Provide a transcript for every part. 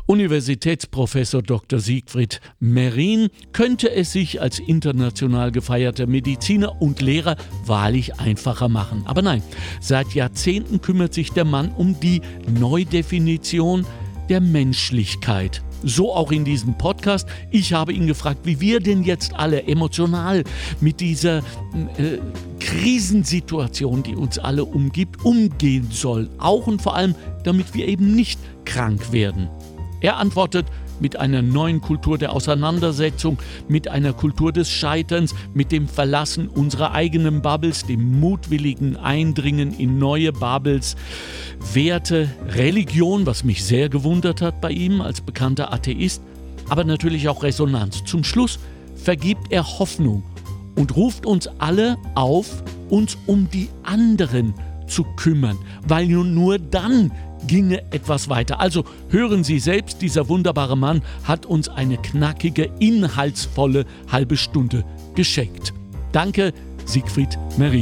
Universitätsprofessor Dr. Siegfried Merin könnte es sich als international gefeierter Mediziner und Lehrer wahrlich einfacher machen. Aber nein, seit Jahrzehnten kümmert sich der Mann um die Neudefinition der Menschlichkeit. So auch in diesem Podcast. Ich habe ihn gefragt, wie wir denn jetzt alle emotional mit dieser Krisensituation, die uns alle umgibt, umgehen sollen. Auch und vor allem, damit wir eben nicht krank werden. Er antwortet mit einer neuen Kultur der Auseinandersetzung, mit einer Kultur des Scheiterns, mit dem Verlassen unserer eigenen Bubbles, dem mutwilligen Eindringen in neue Bubbles, Werte, Religion, was mich sehr gewundert hat bei ihm als bekannter Atheist, aber natürlich auch Resonanz. Zum Schluss vergibt er Hoffnung und ruft uns alle auf, uns um die anderen zu kümmern, weil nur dann ginge etwas weiter. Also hören Sie selbst, dieser wunderbare Mann hat uns eine knackige, inhaltsvolle halbe Stunde geschenkt. Danke, Siegfried Merin.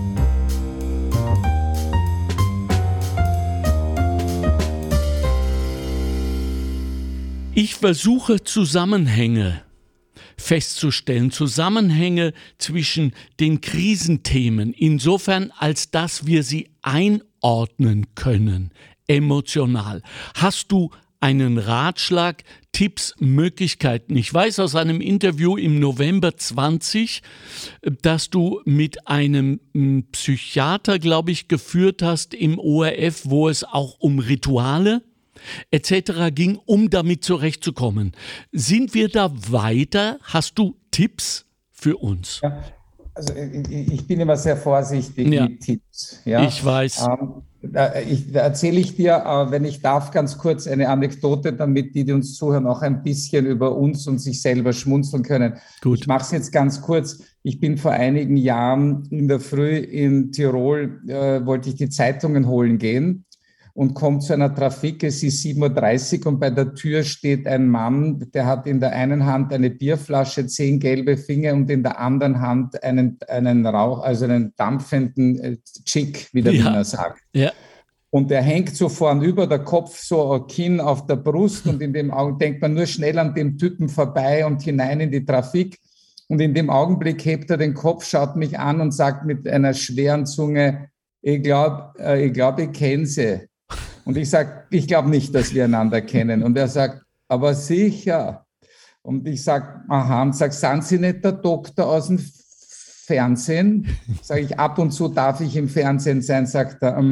Ich versuche Zusammenhänge festzustellen, Zusammenhänge zwischen den Krisenthemen, insofern als dass wir sie einordnen können, emotional. Hast du einen Ratschlag, Tipps, Möglichkeiten? Ich weiß aus einem Interview im November 20, dass du mit einem Psychiater, glaube ich, geführt hast im ORF, wo es auch um Rituale etc. ging, um damit zurechtzukommen. Sind wir da weiter? Hast du Tipps für uns? Ja, also ich bin immer sehr vorsichtig mit Tipps. Ja. Ich weiß. Da erzähle ich dir, wenn ich darf, ganz kurz eine Anekdote, damit die uns zuhören, auch ein bisschen über uns und sich selber schmunzeln können. Gut. Ich mache es jetzt ganz kurz. Ich bin vor einigen Jahren in der Früh in Tirol, wollte ich die Zeitungen holen gehen und komme zu einer Trafik. Es ist 7:30 Uhr und bei der Tür steht ein Mann, der hat in der einen Hand eine Bierflasche, 10 gelbe Finger und in der anderen Hand einen Rauch, also einen dampfenden Chick, wie der Wiener sagt. Ja. Und der hängt so vorn über, der Kopf so Kinn auf der Brust und in dem Augenblick denkt man nur schnell an den Typen vorbei und hinein in die Trafik. Und in dem Augenblick hebt er den Kopf, schaut mich an und sagt mit einer schweren Zunge, ich glaube, ich kenne sie. Und ich sage, ich glaube nicht, dass wir einander kennen. Und er sagt, aber sicher. Und ich sage, aha, und sage, sind Sie nicht der Doktor aus dem Fernsehen? Sage ich, ab und zu darf ich im Fernsehen sein. Sagt er,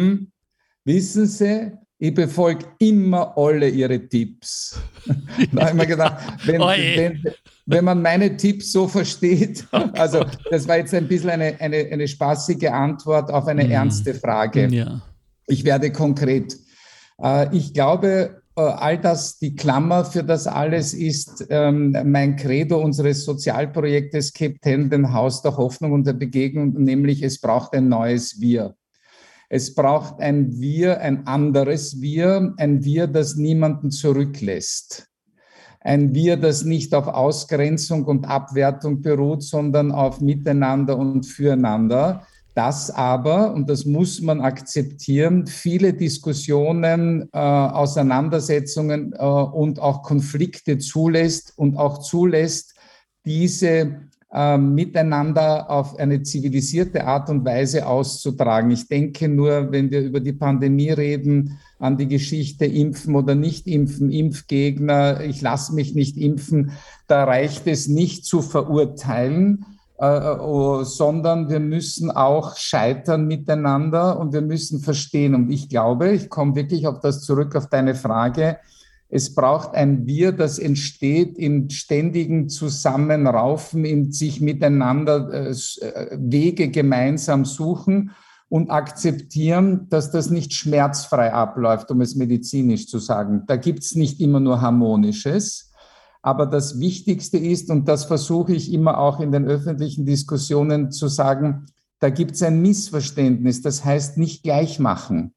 wissen Sie, ich befolge immer alle Ihre Tipps. Da habe ich mir gedacht, wenn man meine Tipps so versteht, also das war jetzt ein bisschen eine spaßige Antwort auf eine ernste Frage. Ja. Ich werde konkret. Ich glaube, all das, die Klammer für das alles ist mein Credo unseres Sozialprojektes Captain, dem Haus der Hoffnung und der Begegnung, nämlich es braucht ein neues Wir. Es braucht ein Wir, ein anderes Wir, ein Wir, das niemanden zurücklässt. Ein Wir, das nicht auf Ausgrenzung und Abwertung beruht, sondern auf Miteinander und Füreinander. Das aber, und das muss man akzeptieren, viele Diskussionen, Auseinandersetzungen und auch Konflikte zulässt und auch zulässt, diese miteinander auf eine zivilisierte Art und Weise auszutragen. Ich denke nur, wenn wir über die Pandemie reden, an die Geschichte Impfen oder nicht impfen, Impfgegner, ich lasse mich nicht impfen, da reicht es nicht zu verurteilen, sondern wir müssen auch scheitern miteinander und wir müssen verstehen. Und ich glaube, ich komme wirklich auf das zurück, auf deine Frage, es braucht ein Wir, das entsteht in ständigen Zusammenraufen, in sich miteinander Wege gemeinsam suchen und akzeptieren, dass das nicht schmerzfrei abläuft, um es medizinisch zu sagen. Da gibt es nicht immer nur Harmonisches. Aber das Wichtigste ist, und das versuche ich immer auch in den öffentlichen Diskussionen zu sagen, da gibt es ein Missverständnis, das heißt nicht gleich machen.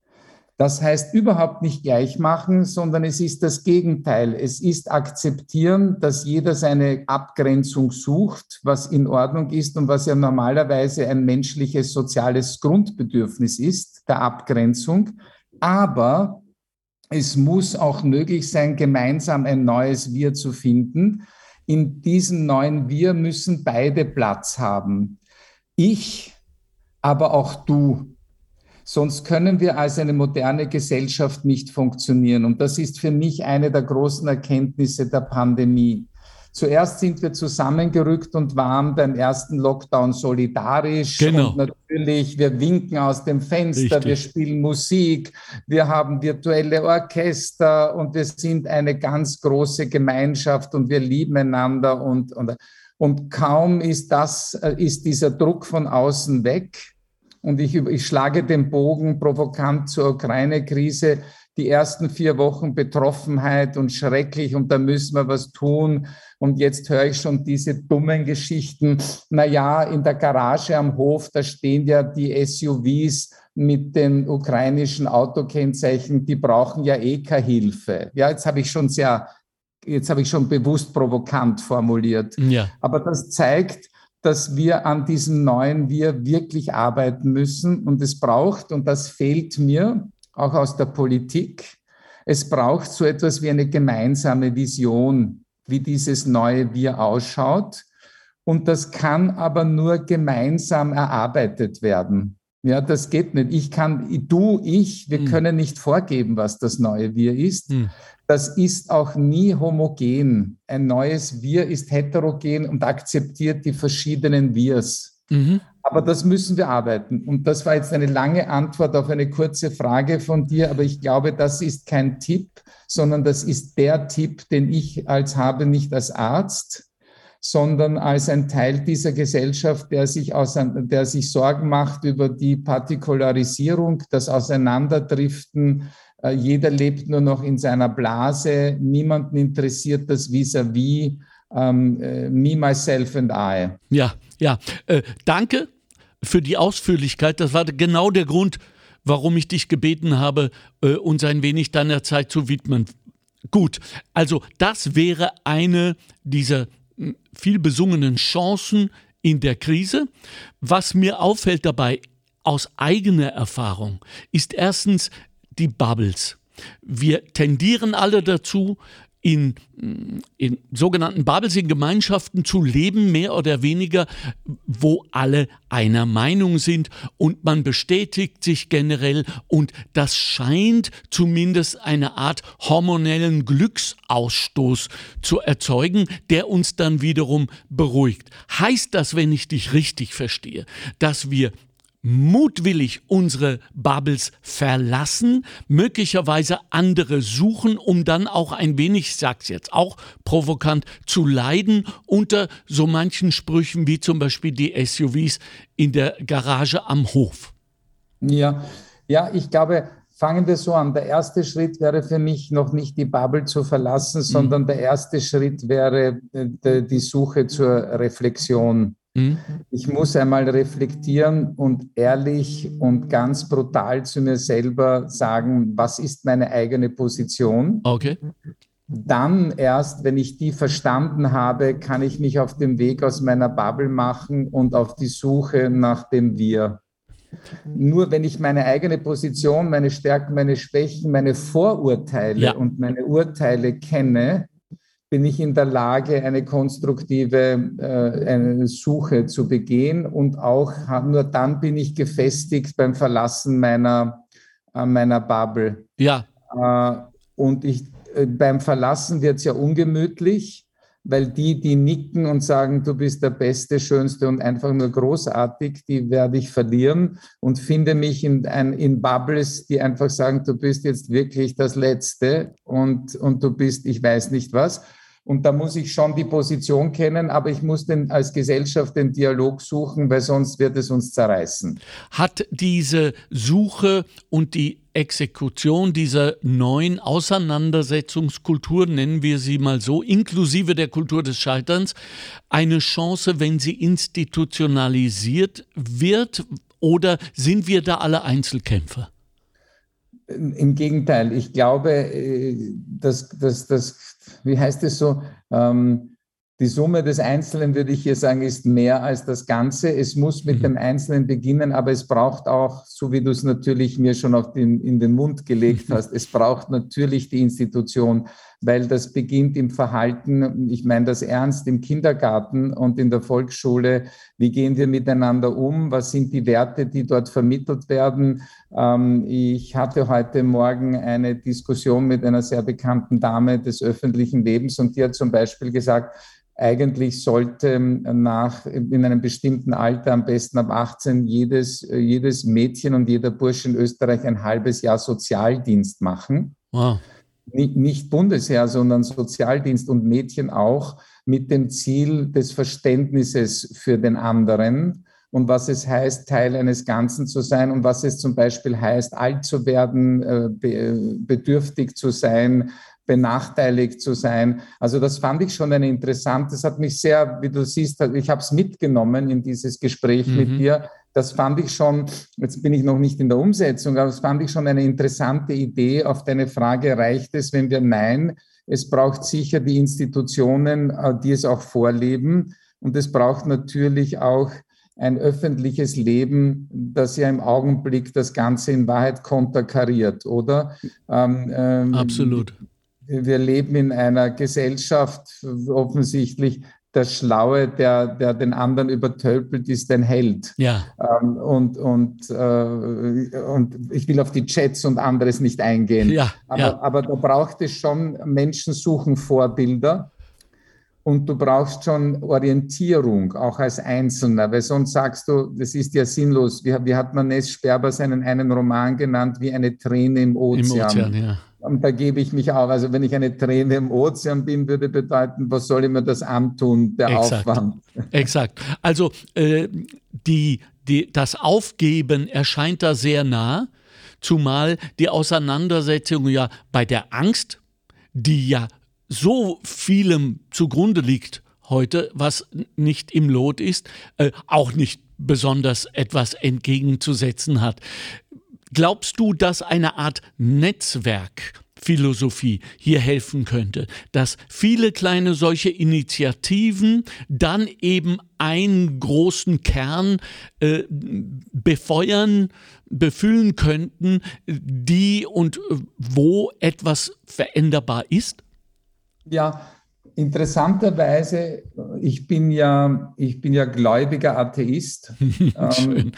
Das heißt überhaupt nicht gleich machen, sondern es ist das Gegenteil. Es ist akzeptieren, dass jeder seine Abgrenzung sucht, was in Ordnung ist und was ja normalerweise ein menschliches, soziales Grundbedürfnis ist, der Abgrenzung. Aber es muss auch möglich sein, gemeinsam ein neues Wir zu finden. In diesem neuen Wir müssen beide Platz haben. Ich, aber auch du. Sonst können wir als eine moderne Gesellschaft nicht funktionieren. Und das ist für mich eine der großen Erkenntnisse der Pandemie. Zuerst sind wir zusammengerückt und waren beim ersten Lockdown solidarisch. Genau. Und natürlich, wir winken aus dem Fenster, Richtig. Wir spielen Musik, wir haben virtuelle Orchester und wir sind eine ganz große Gemeinschaft und wir lieben einander. Und kaum ist dieser Druck von außen weg. Und ich schlage den Bogen provokant zur Ukraine-Krise. Die ersten 4 Wochen Betroffenheit und schrecklich und da müssen wir was tun. Und jetzt höre ich schon diese dummen Geschichten. Naja, in der Garage am Hof, da stehen ja die SUVs mit den ukrainischen Autokennzeichen, die brauchen ja eh keine Hilfe. Ja, jetzt habe ich schon bewusst provokant formuliert. Ja. Aber das zeigt, dass wir an diesem neuen Wir wirklich arbeiten müssen. Und es braucht, und das fehlt mir auch aus der Politik, es braucht so etwas wie eine gemeinsame Vision, wie dieses neue Wir ausschaut. Und das kann aber nur gemeinsam erarbeitet werden. Ja, das geht nicht. Wir können nicht vorgeben, was das neue Wir ist. Das ist auch nie homogen. Ein neues Wir ist heterogen und akzeptiert die verschiedenen Wirs. Aber das müssen wir arbeiten. Und das war jetzt eine lange Antwort auf eine kurze Frage von dir. Aber ich glaube, das ist kein Tipp, sondern das ist der Tipp, den ich habe, nicht als Arzt, sondern als ein Teil dieser Gesellschaft, der sich Sorgen macht über die Partikularisierung, das Auseinanderdriften. Jeder lebt nur noch in seiner Blase. Niemanden interessiert das Vis-à-vis, me, myself and I. Ja. Danke für die Ausführlichkeit. Das war genau der Grund, warum ich dich gebeten habe, uns ein wenig deiner Zeit zu widmen. Gut, also das wäre eine dieser viel besungenen Chancen in der Krise. Was mir auffällt dabei aus eigener Erfahrung, ist erstens die Bubbles. Wir tendieren alle dazu, in sogenannten Bubbles, in Gemeinschaften zu leben, mehr oder weniger, wo alle einer Meinung sind und man bestätigt sich generell und das scheint zumindest eine Art hormonellen Glücksausstoß zu erzeugen, der uns dann wiederum beruhigt. Heißt das, wenn ich dich richtig verstehe, dass wir mutwillig unsere Bubbles verlassen, möglicherweise andere suchen, um dann auch ein wenig, ich sag's jetzt auch provokant, zu leiden unter so manchen Sprüchen wie zum Beispiel die SUVs in der Garage am Hof? Ja, ich glaube, fangen wir so an. Der erste Schritt wäre für mich noch nicht die Bubble zu verlassen, sondern der erste Schritt wäre die Suche zur Reflexion. Ich muss einmal reflektieren und ehrlich und ganz brutal zu mir selber sagen, was ist meine eigene Position? Okay. Dann erst, wenn ich die verstanden habe, kann ich mich auf den Weg aus meiner Bubble machen und auf die Suche nach dem Wir. Nur wenn ich meine eigene Position, meine Stärken, meine Schwächen, meine Vorurteile und meine Urteile kenne, bin ich in der Lage, eine konstruktive eine Suche zu begehen und auch nur dann bin ich gefestigt beim Verlassen meiner Bubble. Ja. Und beim Verlassen wird es ja ungemütlich, weil die nicken und sagen, du bist der Beste, Schönste und einfach nur großartig, die werde ich verlieren und finde mich in Bubbles, die einfach sagen, du bist jetzt wirklich das Letzte und du bist, ich weiß nicht was. Und da muss ich schon die Position kennen, aber ich muss als Gesellschaft den Dialog suchen, weil sonst wird es uns zerreißen. Hat diese Suche und die Exekution dieser neuen Auseinandersetzungskultur, nennen wir sie mal so, inklusive der Kultur des Scheiterns, eine Chance, wenn sie institutionalisiert wird? Oder sind wir da alle Einzelkämpfer? Im Gegenteil, ich glaube, wie heißt es so, Die Summe des Einzelnen, würde ich hier sagen, ist mehr als das Ganze. Es muss mit dem Einzelnen beginnen, aber es braucht auch, so wie du es natürlich mir schon in den Mund gelegt hast, es braucht natürlich die Institution, weil das beginnt im Verhalten, ich meine das ernst, im Kindergarten und in der Volksschule. Wie gehen wir miteinander um? Was sind die Werte, die dort vermittelt werden? Ich hatte heute Morgen eine Diskussion mit einer sehr bekannten Dame des öffentlichen Lebens und die hat zum Beispiel gesagt, eigentlich sollte in einem bestimmten Alter, am besten ab 18, jedes Mädchen und jeder Bursche in Österreich ein halbes Jahr Sozialdienst machen. Wow. Nicht Bundesheer, sondern Sozialdienst und Mädchen auch, mit dem Ziel des Verständnisses für den anderen und was es heißt, Teil eines Ganzen zu sein und was es zum Beispiel heißt, alt zu werden, bedürftig zu sein, benachteiligt zu sein. Also das fand ich schon das hat mich sehr, wie du siehst, ich habe es mitgenommen in dieses Gespräch mit dir. Das fand ich schon, jetzt bin ich noch nicht in der Umsetzung, aber das fand ich schon eine interessante Idee. Auf deine Frage, reicht es, wenn wir nein? Es braucht sicher die Institutionen, die es auch vorleben. Und es braucht natürlich auch ein öffentliches Leben, das ja im Augenblick das Ganze in Wahrheit konterkariert, oder? Absolut. Wir leben in einer Gesellschaft, offensichtlich der Schlaue, der den anderen übertölpelt, ist ein Held. Ja. Und ich will auf die Chats und anderes nicht eingehen. Ja, aber da braucht es schon, Menschen suchen Vorbilder. Und du brauchst schon Orientierung, auch als Einzelner, weil sonst sagst du, das ist ja sinnlos. Wie hat Ness Sperber seinen einen Roman genannt, wie eine Träne im Ozean? Im Ozean, ja. Und da gebe ich mich auf. Also wenn ich eine Träne im Ozean bin, würde bedeuten, was soll ich mir das antun, der Aufwand? Exakt. Also das Aufgeben erscheint da sehr nah, zumal die Auseinandersetzung ja bei der Angst, die ja so vielem zugrunde liegt heute, was nicht im Lot ist, auch nicht besonders etwas entgegenzusetzen hat. Glaubst du, dass eine Art Netzwerkphilosophie hier helfen könnte, dass viele kleine solche Initiativen dann eben einen großen Kern befüllen könnten, die und wo etwas veränderbar ist? Ja, interessanterweise, ich bin ja gläubiger Atheist. Schön.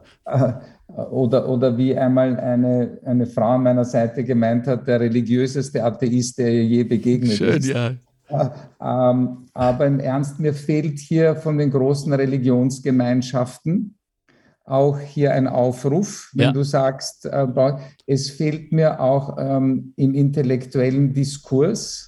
Oder wie einmal eine Frau an meiner Seite gemeint hat, der religiöseste Atheist, der ihr je begegnet ist. Ja. Aber im Ernst, mir fehlt hier von den großen Religionsgemeinschaften auch hier ein Aufruf, wenn du sagst, es fehlt mir auch im intellektuellen Diskurs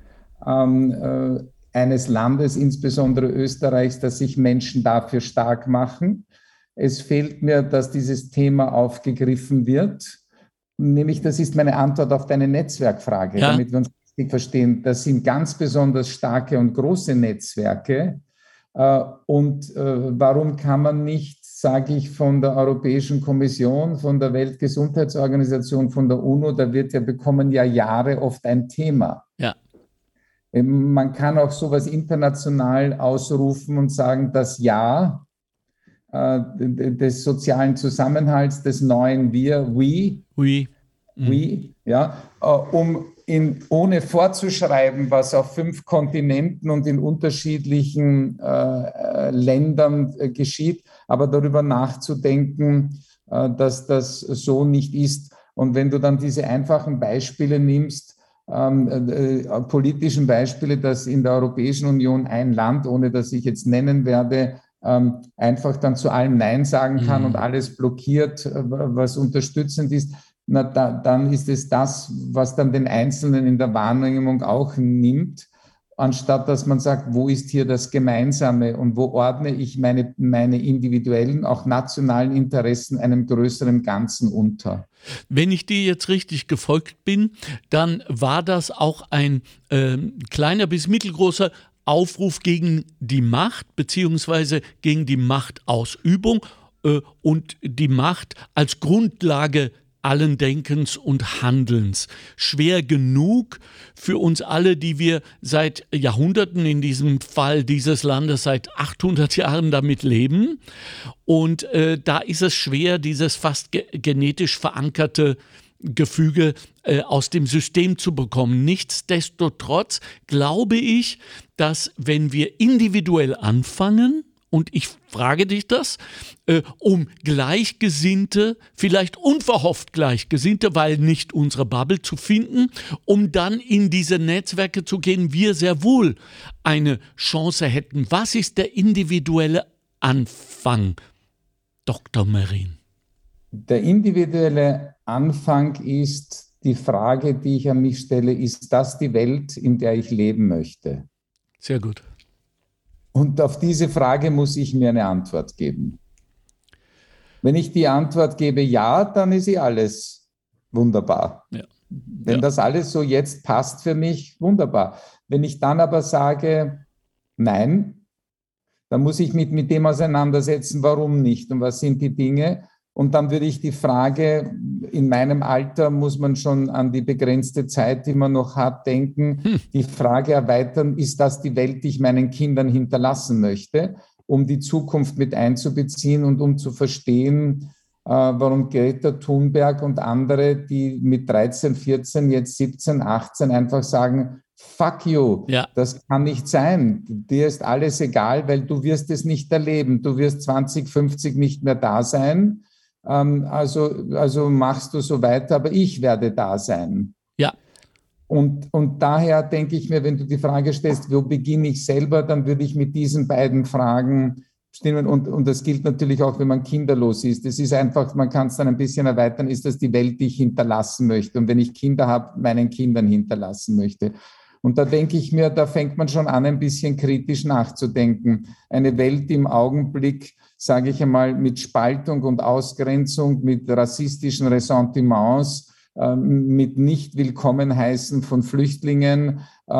eines Landes, insbesondere Österreichs, dass sich Menschen dafür stark machen. Es fehlt mir, dass dieses Thema aufgegriffen wird. Nämlich, das ist meine Antwort auf deine Netzwerkfrage, damit wir uns richtig verstehen. Das sind ganz besonders starke und große Netzwerke. Warum kann man nicht, sage ich, von der Europäischen Kommission, von der Weltgesundheitsorganisation, von der UNO, da bekommen ja Jahre oft ein Thema. Ja. Man kann auch sowas international ausrufen und sagen, das Ja des sozialen Zusammenhalts, des neuen We, ohne vorzuschreiben, was auf 5 Kontinenten und in unterschiedlichen Ländern geschieht, aber darüber nachzudenken, dass das so nicht ist. Und wenn du dann diese einfachen Beispiele nimmst, politischen Beispiele, dass in der Europäischen Union ein Land, ohne dass ich jetzt nennen werde, einfach dann zu allem Nein sagen kann und alles blockiert, was unterstützend ist, dann ist es das, was dann den Einzelnen in der Wahrnehmung auch nimmt, anstatt dass man sagt, wo ist hier das Gemeinsame und wo ordne ich meine individuellen, auch nationalen Interessen einem größeren Ganzen unter. Wenn ich dir jetzt richtig gefolgt bin, dann war das auch ein kleiner bis mittelgroßer Aufruf gegen die Macht beziehungsweise gegen die Machtausübung und die Macht als Grundlage allen Denkens und Handelns. Schwer genug für uns alle, die wir seit Jahrhunderten, in diesem Fall dieses Landes seit 800 Jahren damit leben. Und da ist es schwer, dieses fast genetisch verankerte Gefüge aus dem System zu bekommen. Nichtsdestotrotz glaube ich, dass wenn wir individuell anfangen, und ich frage dich das, um Gleichgesinnte, vielleicht unverhofft Gleichgesinnte, weil nicht unsere Bubble zu finden, um dann in diese Netzwerke zu gehen, wir sehr wohl eine Chance hätten. Was ist der individuelle Anfang, Dr. Merin? Der individuelle Anfang ist die Frage, die ich an mich stelle, ist das die Welt, in der ich leben möchte? Sehr gut. Und auf diese Frage muss ich mir eine Antwort geben. Wenn ich die Antwort gebe, ja, dann ist alles wunderbar. Ja. Wenn das alles so jetzt passt für mich, wunderbar. Wenn ich dann aber sage, nein, dann muss ich mich mit dem auseinandersetzen, warum nicht und was sind die Dinge. Und dann würde ich die Frage, in meinem Alter muss man schon an die begrenzte Zeit, die man noch hat, denken, die Frage erweitern, ist das die Welt, die ich meinen Kindern hinterlassen möchte, um die Zukunft mit einzubeziehen und um zu verstehen, warum Greta Thunberg und andere, die mit 13, 14, jetzt 17, 18 einfach sagen, fuck you, das kann nicht sein. Dir ist alles egal, weil du wirst es nicht erleben. Du wirst 2050 nicht mehr da sein. Also machst du so weiter, aber ich werde da sein. Ja. Und daher denke ich mir, wenn du die Frage stellst, wo beginne ich selber, dann würde ich mit diesen beiden Fragen stimmen. Und das gilt natürlich auch, wenn man kinderlos ist. Es ist einfach, man kann es dann ein bisschen erweitern, ist das die Welt, die ich hinterlassen möchte? Und wenn ich Kinder habe, meinen Kindern hinterlassen möchte. Und da denke ich mir, da fängt man schon an, ein bisschen kritisch nachzudenken. Eine Welt im Augenblick, sage ich einmal, mit Spaltung und Ausgrenzung, mit rassistischen Ressentiments, mit Nicht-Willkommenheißen von Flüchtlingen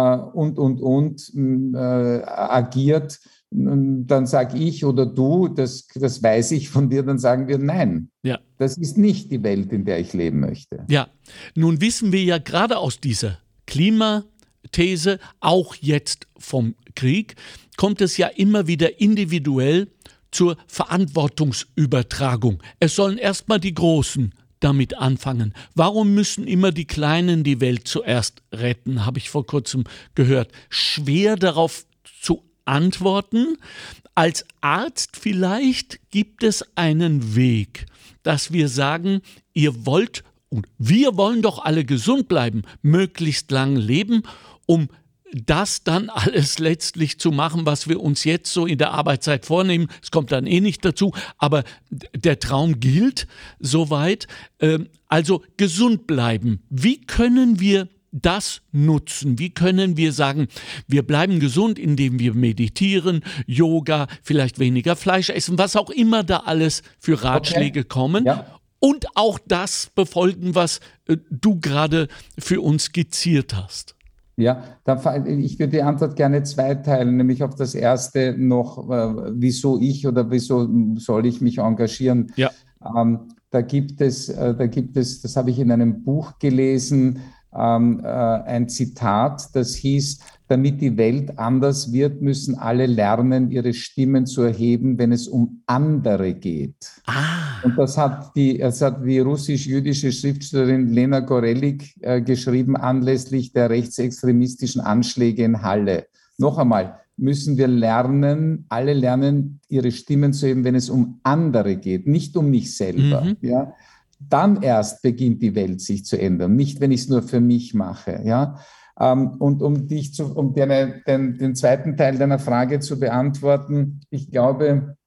agiert, dann sage ich oder du, das weiß ich von dir, dann sagen wir nein. Ja. Das ist nicht die Welt, in der ich leben möchte. Ja, nun wissen wir ja gerade aus dieser Klimathese, auch jetzt vom Krieg, kommt es ja immer wieder individuell zur Verantwortungsübertragung. Es sollen erstmal die Großen damit anfangen. Warum müssen immer die Kleinen die Welt zuerst retten, habe ich vor kurzem gehört. Schwer darauf zu antworten. Als Arzt vielleicht gibt es einen Weg, dass wir sagen, ihr wollt und wir wollen doch alle gesund bleiben, möglichst lang leben, um das dann alles letztlich zu machen, was wir uns jetzt so in der Arbeitszeit vornehmen. Es kommt dann eh nicht dazu, aber der Traum gilt soweit. Also gesund bleiben. Wie können wir das nutzen? Wie können wir sagen, wir bleiben gesund, indem wir meditieren, Yoga, vielleicht weniger Fleisch essen, was auch immer da alles für Ratschläge kommen. Ja. Und auch das befolgen, was du gerade für uns skizziert hast. Ja, ich würde die Antwort gerne zweiteilen, nämlich auf das erste noch, wieso ich oder wieso soll ich mich engagieren. Ja. Da gibt es, das habe ich in einem Buch gelesen, ein Zitat, das hieß, damit die Welt anders wird, müssen alle lernen, ihre Stimmen zu erheben, wenn es um andere geht. Und das hat die russisch-jüdische Schriftstellerin Lena Gorelik geschrieben anlässlich der rechtsextremistischen Anschläge in Halle. Noch einmal, müssen wir lernen, alle lernen, ihre Stimmen zu erheben, wenn es um andere geht, nicht um mich selber. Mhm. Ja? Dann erst beginnt die Welt sich zu ändern, nicht wenn ich es nur für mich mache. Ja? Und um den zweiten Teil deiner Frage zu beantworten, ich glaube,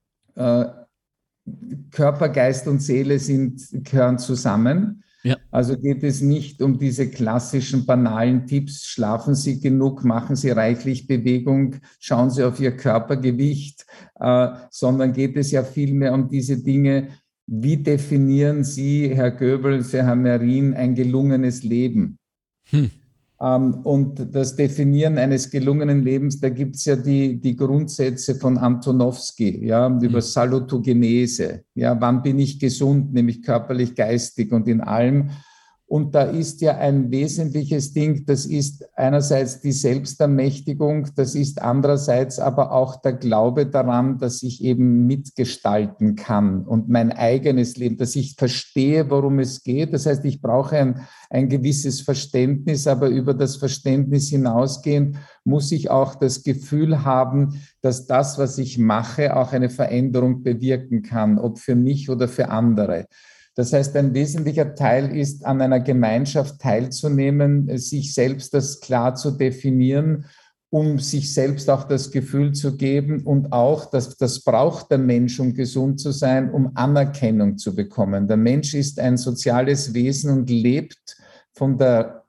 Körper, Geist und Seele gehören zusammen. Ja. Also geht es nicht um diese klassischen banalen Tipps, schlafen Sie genug, machen Sie reichlich Bewegung, schauen Sie auf Ihr Körpergewicht, sondern geht es ja vielmehr um diese Dinge, wie definieren Sie, Herr Goebbels, Herr Merin, ein gelungenes Leben? Und das Definieren eines gelungenen Lebens, da gibt es ja die Grundsätze von Antonowski, ja, über Salutogenese. Ja, wann bin ich gesund, nämlich körperlich, geistig und in allem. Und da ist ja ein wesentliches Ding, das ist einerseits die Selbstermächtigung, das ist andererseits aber auch der Glaube daran, dass ich eben mitgestalten kann und mein eigenes Leben, dass ich verstehe, worum es geht. Das heißt, ich brauche ein gewisses Verständnis, aber über das Verständnis hinausgehend muss ich auch das Gefühl haben, dass das, was ich mache, auch eine Veränderung bewirken kann, ob für mich oder für andere. Das heißt, ein wesentlicher Teil ist, an einer Gemeinschaft teilzunehmen, sich selbst das klar zu definieren, um sich selbst auch das Gefühl zu geben und auch, dass das braucht der Mensch, um gesund zu sein, um Anerkennung zu bekommen. Der Mensch ist ein soziales Wesen und lebt von der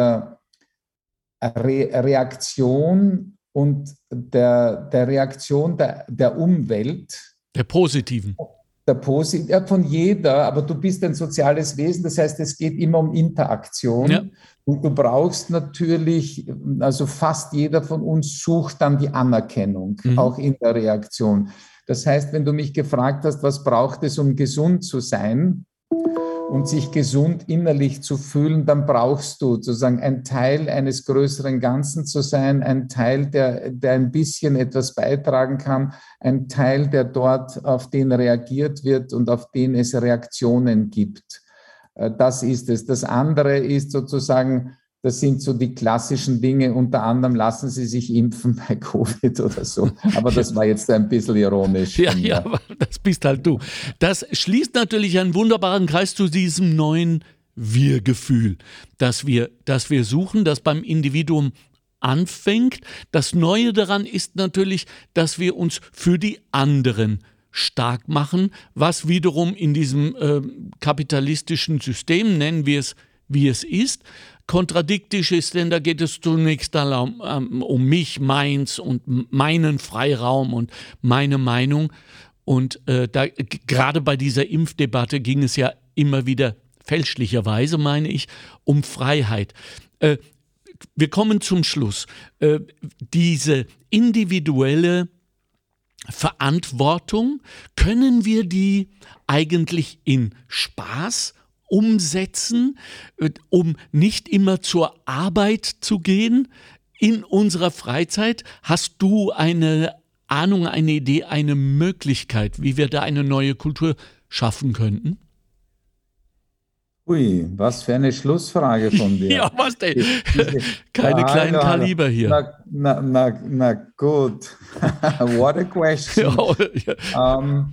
Reaktion und der Reaktion der Umwelt. Der positiven. Von jeder, aber du bist ein soziales Wesen, das heißt, es geht immer um Interaktion. Ja. Und du brauchst natürlich, also fast jeder von uns sucht dann die Anerkennung, auch in der Reaktion. Das heißt, wenn du mich gefragt hast, was braucht es, um gesund zu sein und sich gesund innerlich zu fühlen, dann brauchst du sozusagen ein Teil eines größeren Ganzen zu sein, ein Teil, der ein bisschen etwas beitragen kann, ein Teil, der dort auf den reagiert wird und auf den es Reaktionen gibt. Das ist es. Das andere ist sozusagen, das sind so die klassischen Dinge, unter anderem lassen Sie sich impfen bei Covid oder so. Aber das war jetzt ein bisschen ironisch. Ja, aber das bist halt du. Das schließt natürlich einen wunderbaren Kreis zu diesem neuen Wir-Gefühl, das wir suchen, das beim Individuum anfängt. Das Neue daran ist natürlich, dass wir uns für die anderen stark machen, was wiederum in diesem kapitalistischen System, nennen wir es, wie es ist, kontradiktisch ist, denn da geht es zunächst um mich, meins und meinen Freiraum und meine Meinung. Und gerade bei dieser Impfdebatte ging es ja immer wieder, fälschlicherweise meine ich, um Freiheit. Wir kommen zum Schluss. Diese individuelle Verantwortung, können wir die eigentlich in Spaß umsetzen, um nicht immer zur Arbeit zu gehen in unserer Freizeit? Hast du eine Ahnung, eine Idee, eine Möglichkeit, wie wir da eine neue Kultur schaffen könnten? Ui, was für eine Schlussfrage von dir. Ja, was denn? Keine kleinen Kaliber hier. Na gut. What a question. Ja.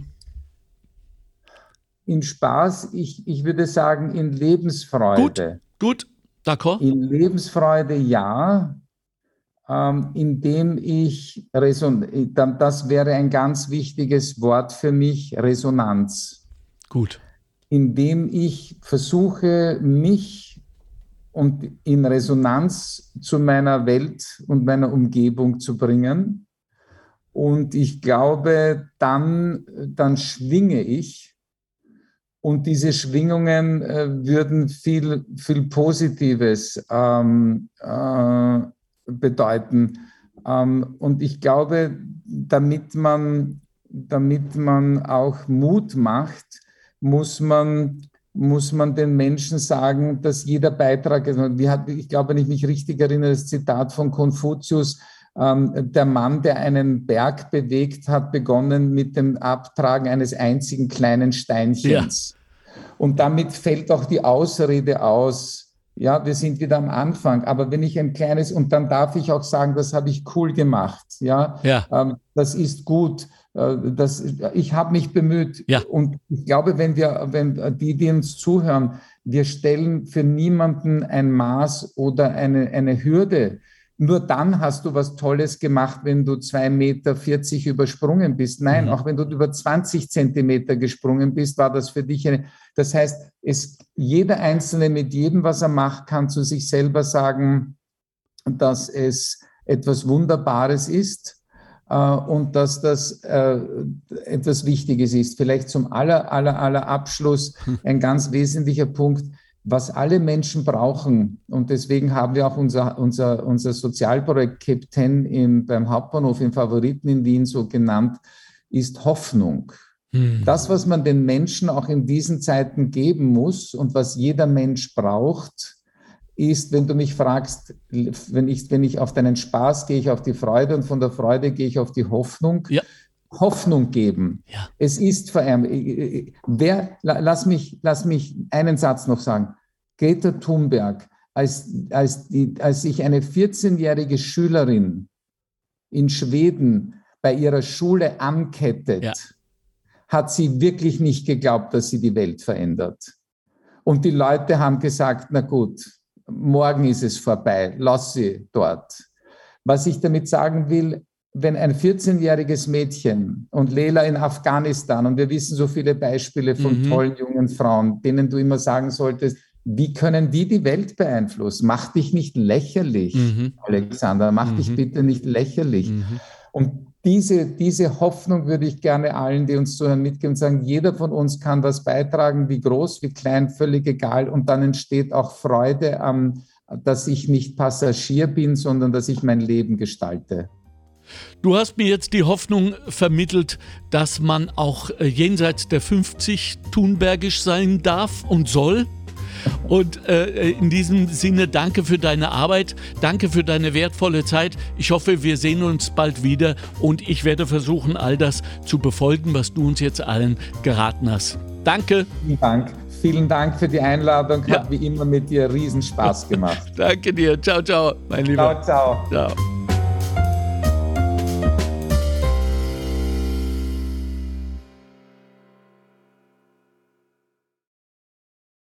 In Spaß, ich würde sagen, in Lebensfreude. Gut, d'accord. In Lebensfreude, ja. Indem ich, das wäre ein ganz wichtiges Wort für mich, Resonanz. Gut. Indem ich versuche, mich und in Resonanz zu meiner Welt und meiner Umgebung zu bringen. Und ich glaube, dann schwinge ich. Und diese Schwingungen würden viel Positives bedeuten. Und ich glaube, damit man auch Mut macht, muss man den Menschen sagen, dass jeder Beitrag, ich glaube, wenn ich mich richtig erinnere, das Zitat von Konfuzius, der Mann, der einen Berg bewegt, hat begonnen mit dem Abtragen eines einzigen kleinen Steinchens. Ja. Und damit fällt auch die Ausrede aus, ja, wir sind wieder am Anfang, aber wenn ich ein kleines, und dann darf ich auch sagen, das habe ich cool gemacht, ja. Das ist gut, ich habe mich bemüht. Ja. Und ich glaube, wenn die uns zuhören, wir stellen für niemanden ein Maß oder eine Hürde. Nur dann hast du was Tolles gemacht, wenn du 2,40 Meter übersprungen bist. Nein, auch wenn du über 20 Zentimeter gesprungen bist, war das für dich das heißt, jeder Einzelne mit jedem, was er macht, kann zu sich selber sagen, dass es etwas Wunderbares ist und dass das etwas Wichtiges ist. Vielleicht zum aller Abschluss ein ganz wesentlicher Punkt. was alle Menschen brauchen, und deswegen haben wir auch unser Sozialprojekt Captain beim Hauptbahnhof im Favoriten in Wien so genannt, ist Hoffnung. Das, was man den Menschen auch in diesen Zeiten geben muss und was jeder Mensch braucht, ist, wenn du mich fragst, wenn ich auf deinen Spaß gehe ich auf die Freude und von der Freude gehe ich auf die Hoffnung. Ja. Hoffnung geben. Ja. Es ist vor allem, lass mich einen Satz noch sagen. Greta Thunberg, als sich eine 14-jährige Schülerin in Schweden bei ihrer Schule ankettet, hat sie wirklich nicht geglaubt, dass sie die Welt verändert. Und die Leute haben gesagt, na gut, morgen ist es vorbei, lass sie dort. Was ich damit sagen will, wenn ein 14-jähriges Mädchen und Leila in Afghanistan, und wir wissen so viele Beispiele von tollen jungen Frauen, denen du immer sagen solltest, wie können die Welt beeinflussen? Mach dich nicht lächerlich, Alexander, mach dich bitte nicht lächerlich. Und diese Hoffnung würde ich gerne allen, die uns zuhören, mitgeben und sagen, jeder von uns kann was beitragen, wie groß, wie klein, völlig egal. Und dann entsteht auch Freude an, dass ich nicht Passagier bin, sondern dass ich mein Leben gestalte. Du hast mir jetzt die Hoffnung vermittelt, dass man auch jenseits der 50 thunbergisch sein darf und soll. Und in diesem Sinne, danke für deine Arbeit, danke für deine wertvolle Zeit. Ich hoffe, wir sehen uns bald wieder und ich werde versuchen, all das zu befolgen, was du uns jetzt allen geraten hast. Danke. Vielen Dank für die Einladung. Hat wie immer mit dir riesen Spaß gemacht. Danke dir. Ciao, ciao, mein Lieber. Ciao.